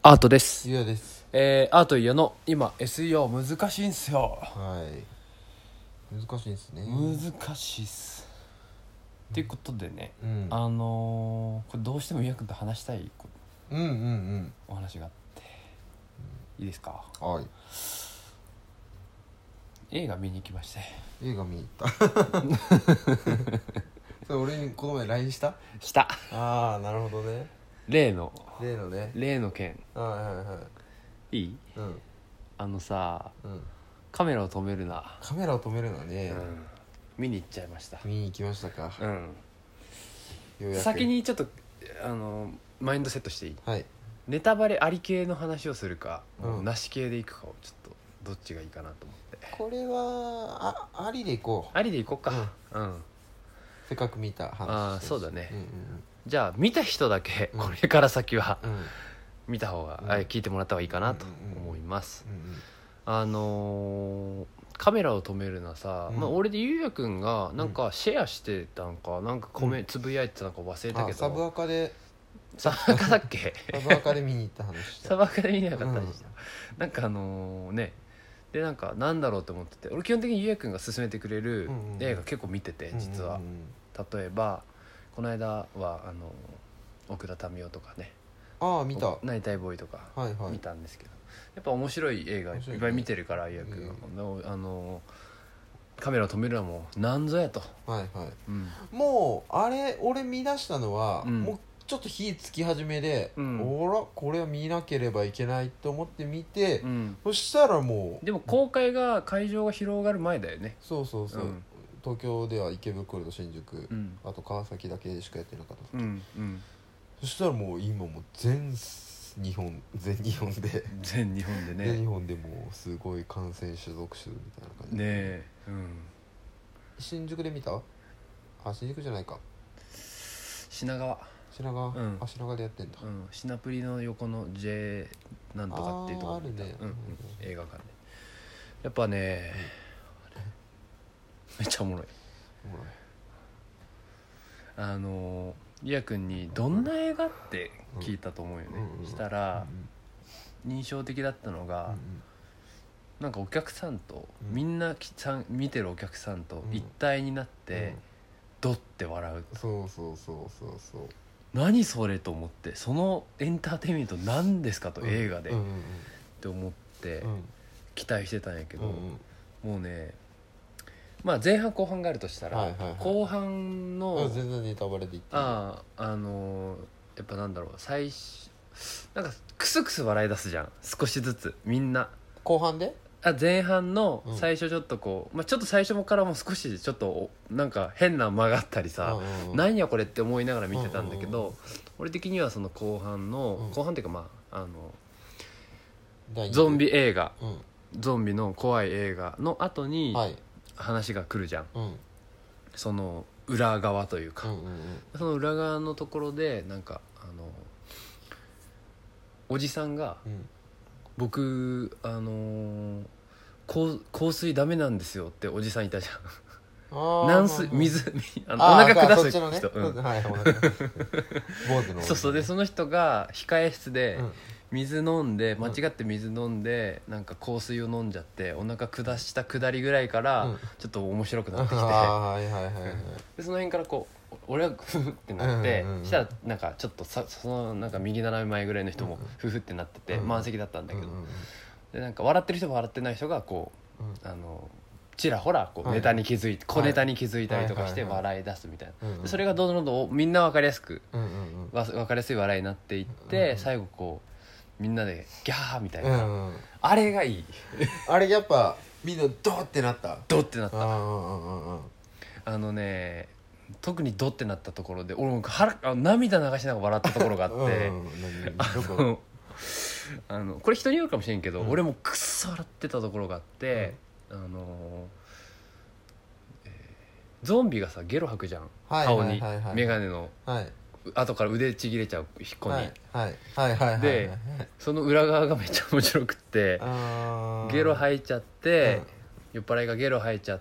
アートです。 ゆうやです。 アートイヤの今 SEO 難しいんすよ。 はい。難しいですね。 難しいっす。っていうことでね、 これどうしてもゆうやくんと話したいお話があって、いいですか？ はい。 映画見に行きまして。 映画見に行った。それ俺にこの前 LINE した？ した。 ああ、なるほどね。 例のね。 例の件。 はいいい？ うん。 カメラを止めるな。 カメラを止めるのはね、 見に行っちゃいました。 見に行きましたか。ようやく先にちょっとマインドセットしていい？ はい。 ネタバレあり系の話をするか、なし系でいくかをちょっとどっちがいいかなと思って。 これはありでいこう。 ありでいこうか。 せっかく見た話。 ああ、そうだね。じゃあ見た人だけこれから先は見た方が、聞いてもらった方がいいかなと思います。カメラを止めるなさ、俺でゆうやくんがなんかシェアしてたんか、なんかつぶやいてたのか忘れたけど、 サブアカでサブアカだっけ？ サブアカで見に行った話した。 サブアカで見なかったりした。なんかね、でなんかなんだろうと思ってて、俺基本的にゆうやくんが勧めてくれる映画結構見てて、実は例えばこの間は奥田民生とかね、 見た。 ナイタイボーイとか見たんですけど、やっぱ面白い映画いっぱい見てるから、ゆうやくんのカメラを止めるのはもうなんぞやと。 もうあれ俺見出したのは、もうちょっと火つき始めで、これは見なければいけないと思って見て、そしたらもうでも会場が広がる前だよね。 そう、東京では池袋と新宿、あと川崎だけしかやってなかった、そしたらもう今もう全日本で全日本でもうすごい感染者続出みたいな感じで新宿で見た？新宿じゃないか、 品川、 品川でやってんだ。 品プリの横の J なんとかっていうところあるね、 映画館でやっぱね、めっちゃおもろい。ゆうやくんにどんな映画って聞いたと思うよね。したら印象的だったのが、なんかお客さんとみんな見てるお客さんと一体になってドッて笑う。 そう何それと思って、そのエンターテインメント何ですかと、映画でって思って期待してたんやけど、もうね、まあ前半後半があるとしたら、後半の全然ネタバレで言ってやっぱなんだろう、なんかクスクス笑い出すじゃん、少しずつみんな。 後半で前半の最初ちょっとこう、ちょっと最初からも少しちょっとなんか変な間があったりさ、何やこれって思いながら見てたんだけど、俺的にはその後半っていうかゾンビ映画、ゾンビの怖い映画の後に話が来るじゃん、その裏側というか、その裏側のところでなんかおじさんが、僕香水ダメなんですよっておじさんいたじゃん。水お腹下す人、そうで、その人が控え室で水飲んで、間違って水飲んでなんか香水を飲んじゃってお腹下した下りぐらいからちょっと面白くなってきて、でその辺からこう俺はフフってなって、したらなんかちょっとそのなんか右斜め前ぐらいの人もフフってなってて、満席だったんだけど、でなんか笑ってる人も笑ってない人がこうちらほらこうネタに気づいて、小ネタに気づいたりとかして笑い出すみたいな、それがどんどんみんな分かりやすく分かりやすい笑いになっていって、最後こうみんなでギャーみたいな、あれがいい。 あれやっぱみんなドーってなった。 特にドってなったところで俺も涙流しながら笑ったところがあってこれ人によるかもしれんけど、俺もくっそ笑ってたところがあって、ゾンビがさゲロ吐くじゃん、顔にメガネの後から腕ちぎれちゃう子に。でその裏側がめっちゃ面白くって、ゲロ吐いちゃって、酔っ払いがゲロ吐いちゃって、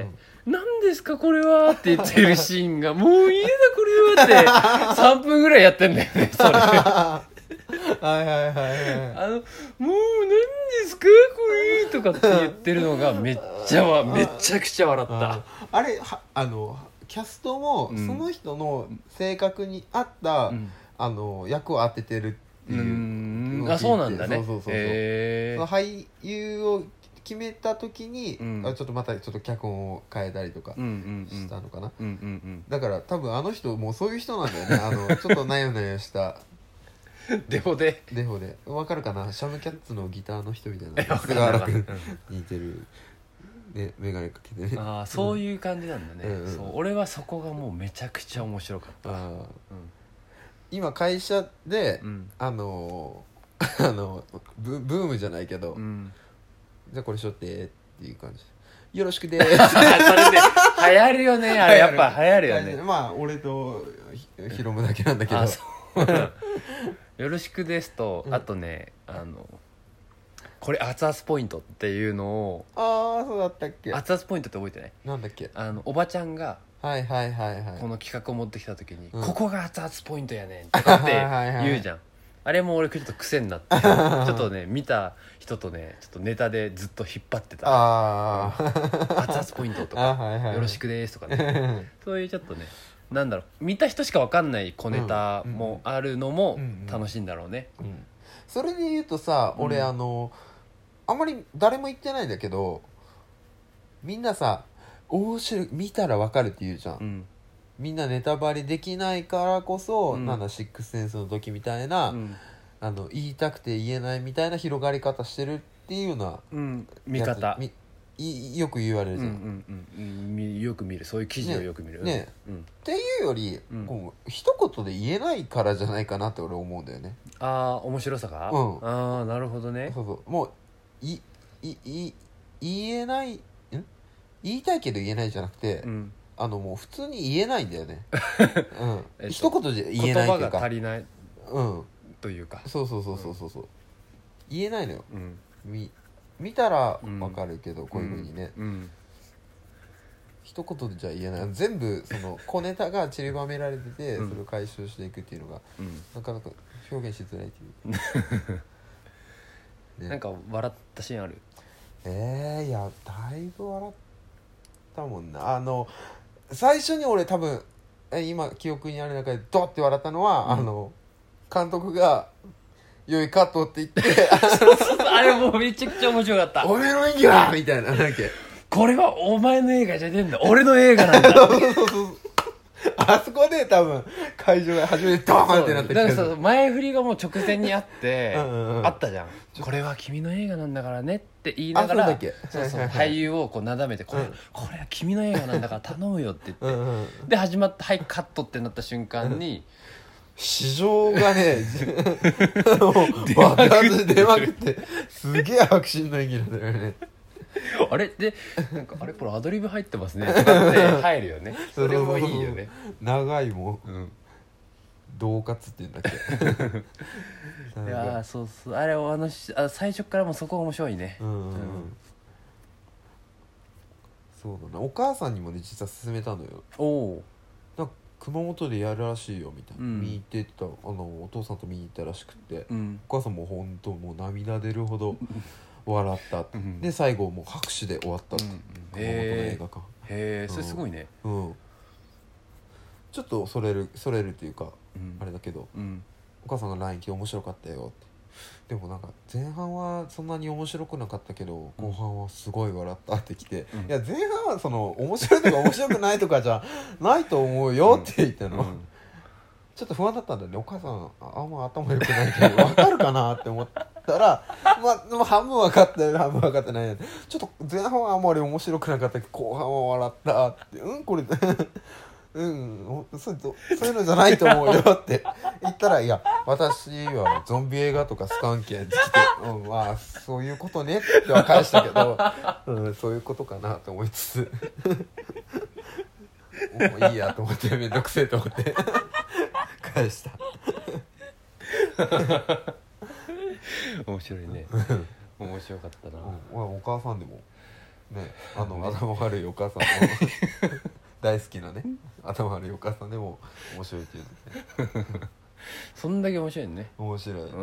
何ですかこれはって言ってるシーンがもういいだこれはって3分ぐらいやってんだよね、それ。 はいはいはいはい。 もう何ですかこれとかって言ってるのがめちゃくちゃ笑った。 あれキャストもその人の性格に合った、役を当ててるっていうあ、そうなんだね。 そうそうそうそう、その俳優を決めた時に、ちょっとまたちょっと脚本を変えたりとかしたのかな。だから多分あの人もうそういう人なんだよね。ちょっとなよなよしたデフォでわかるかな。シャムキャッツのギターの人みたいな菅原君似てるね、眼鏡かけてね。 ああ、そういう感じなんだね。そう、俺はそこがもうめちゃくちゃ面白かった。 今会社で、ブームじゃないけど、じゃあこれしょってっていう感じ。よろしくでーす。それで流行るよね。あれやっぱ流行るよね。 まあ俺とヒロムだけなんだけど。 よろしくですと、あとね、これ熱々ポイントっていうのを。 そうだったっけ。 熱々ポイントって覚えてない？ なんだっけ。 おばちゃんがこの企画を持ってきた時に、ここが熱々ポイントやねんとかって言うじゃん。あれも俺ちょっと癖になってちょっとね、見た人とねちょっとネタでずっと引っ張ってた。熱々ポイントとかよろしくですとかね。そういうちょっとね、なんだろう、見た人しか分かんない小ネタもあるのも楽しいんだろうね。 それで言うとさ、俺あんまり誰も言ってないんだけど、みんなさ面白い見たら分かるって言うじゃん。みんなネタバレできないからこそ、なんだシックスセンスの時みたいな、言いたくて言えないみたいな広がり方してるっていうのは、 見方よく言われるじゃん。 よく見る、そういう記事をよく見るね。っていうより、一言で言えないからじゃないかなって俺思うんだよね。 面白さが。なるほどね。 そうそう、もう言えない、言いたいけど言えないじゃなくて、もう普通に言えないんだよね。一言で言えないというか、 言葉が足りないというか、 そう言えないのよ。見たら分かるけど、こういう風にね、一言でじゃ言えない。全部その小ネタが散りばめられてて、それを回収していくっていうのが、なかなか表現しづらいっていう、 なんか笑ったシーンある？ いやだいぶ笑ったもんな。最初に俺多分今記憶にある中でドッて笑ったのは、監督が「良いカット」って言ってあれもうめちゃくちゃ面白かった。 俺の演技はみたいな、なんだっけ、 これはお前の映画じゃねえんだ、俺の映画なんだ。 あそこで多分会場が初めてドーンってなってきて、 だから前振りがもう直前にあってあったじゃん。これは君の映画なんだからねって言いながら、俳優をこうなだめて、これは君の映画なんだから頼むよって言って、で始まった、はいカットってなった瞬間に市場がね爆発出まくって、すげえ迫真の演技なんだよね。 あれでなんか、あれこれアドリブ入ってますねとかって入るよね。それもいいよね。 長いもん、恫喝って言うんだっけ。いやそうそう、あれ最初からもうそこ面白いね。 そうだね。お母さんにもね実は勧めたのよ。なんか熊本でやるらしいよみたいな、見に行ってた、お父さんと見に行ったらしくて、お母さんも本当もう涙出るほど笑った、で最後もう拍手で終わったって、熊本の映画館。 へえ、それすごいね。 ちょっとそれるっていうか、あれだけど、お母さんが LINE 来て面白かったよって。でもなんか前半はそんなに面白くなかったけど、後半はすごい笑ったってきて、いや前半はその面白いとか面白くないとかじゃないと思うよって言ったの。ちょっと不安だったんだよね。お母さんあんま頭良くないけど分かるかなって思ったら、でも半分分かったよ、半分分かってないよ。ちょっと前半はあんまり面白くなかったけど後半は笑ったって、これそういうのじゃないと思うよって言ったら、いや私はゾンビ映画とかスカンケンって来て、まあそういうことねっては返したけど、そういうことかなと思いつつもういいやと思って、めんどくせえと思って返した。 面白いね。面白かったな。 お母さんでもね、頭悪いお母さんも大好きなね、頭悪いお母さんでも面白いっていうね。 そんだけ面白いね。 面白いよね、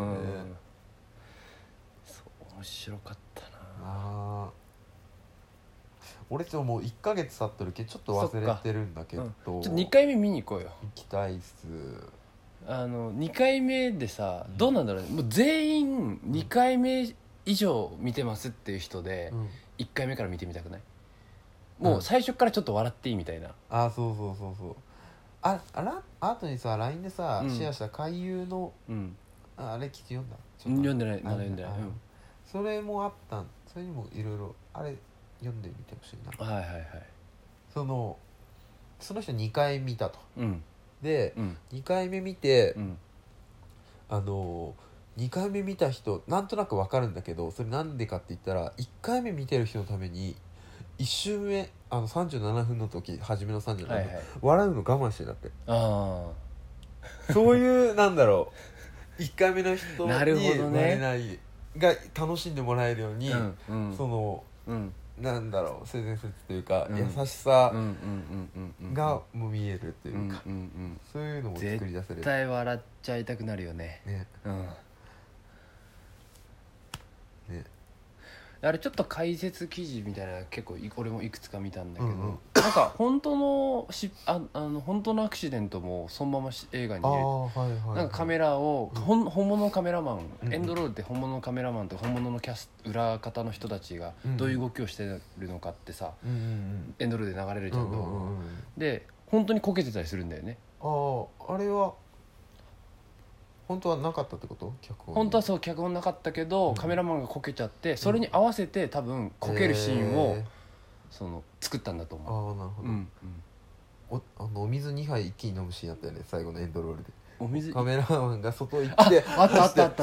そう面白かったなあ。俺もう1ヶ月経ってるけどちょっと忘れてるんだけど、 ちょっと2回目見に行こうよ。 行きたいっす。 2回目でさ、どうなんだろうね、もう全員2回目以上見てますっていう人で1回目から見てみたくない？もう最初からちょっと笑っていいみたいな。 あ、そうあとにさ LINE でさ、シェアした回遊の、あれ記事読んだ？ 読んでない、まだ読んでない。 それもあったん。それにもいろいろあれ読んでみてほしいな。 はいはいはい。 その人2回見たと、で、 うん、 2回目見て、2回目見た人なんとなく分かるんだけど、それなんでかって言ったら1回目見てる人のために1周目37分の時、初めの37分、笑うの我慢してんだって。そういうなんだろう、1回目の人に笑えないが楽しんでもらえるように、その、なんだろう、性善説というか、優しさがもう見えるというか、そういうのも作り出せる。 絶対笑っちゃいたくなるよね。あれちょっと解説記事みたいな結構俺もいくつか見たんだけど、なんか本当の本当のアクシデントもそのまま映画に入れる。なんかカメラを、本物のカメラマン、エンドロールって本物のカメラマンと本物の裏方の人たちがどういう動きをしてるのかってさ、エンドロールで流れるじゃん、で本当にこけてたりするんだよね。 あれは本当はなかったってこと？ 本当はそう脚本なかったけど、カメラマンがこけちゃって、それに合わせて多分こけるシーンを作ったんだと思う。 なるほど。お水2杯一気に飲むシーンあったよね、最後のエンドロールで。カメラマンが外行ってあった